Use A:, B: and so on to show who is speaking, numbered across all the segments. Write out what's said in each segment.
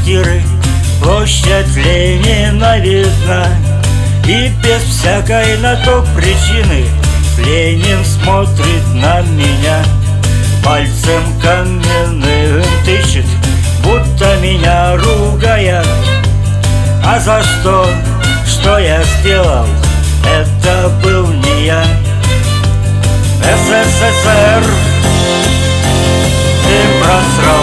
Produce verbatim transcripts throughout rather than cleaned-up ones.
A: квартиры площадь Ленина видна, и без всякой на то причины Ленин смотрит на меня, пальцем каменным тычет, будто меня ругая. А за что, что я сделал, это был не я. СССР, ты просрал.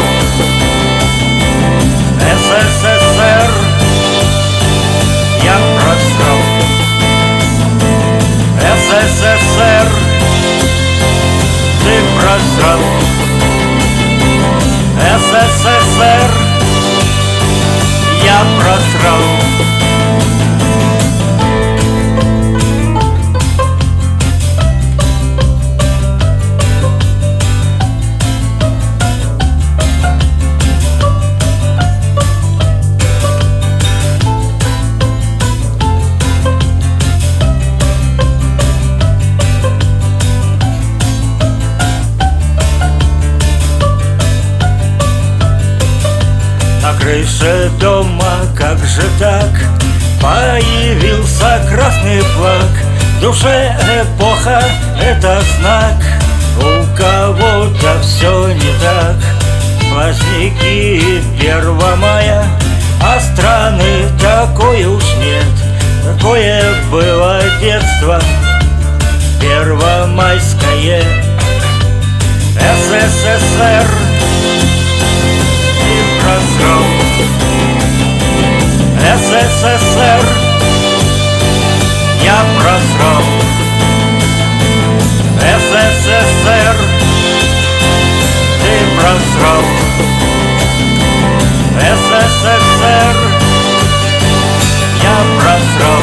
A: СССР, я просрал. СССР, ты просрал. СССР, я просрал. На крыше дома, как же так, появился красный флаг. В душе эпоха — это знак, у кого-то все не так. Праздники первого мая, а страны такой уж нет. Такое было детство первомайское. СССР, просрал. СССР, я просрал. СССР, ты просрал. СССР, я просрал.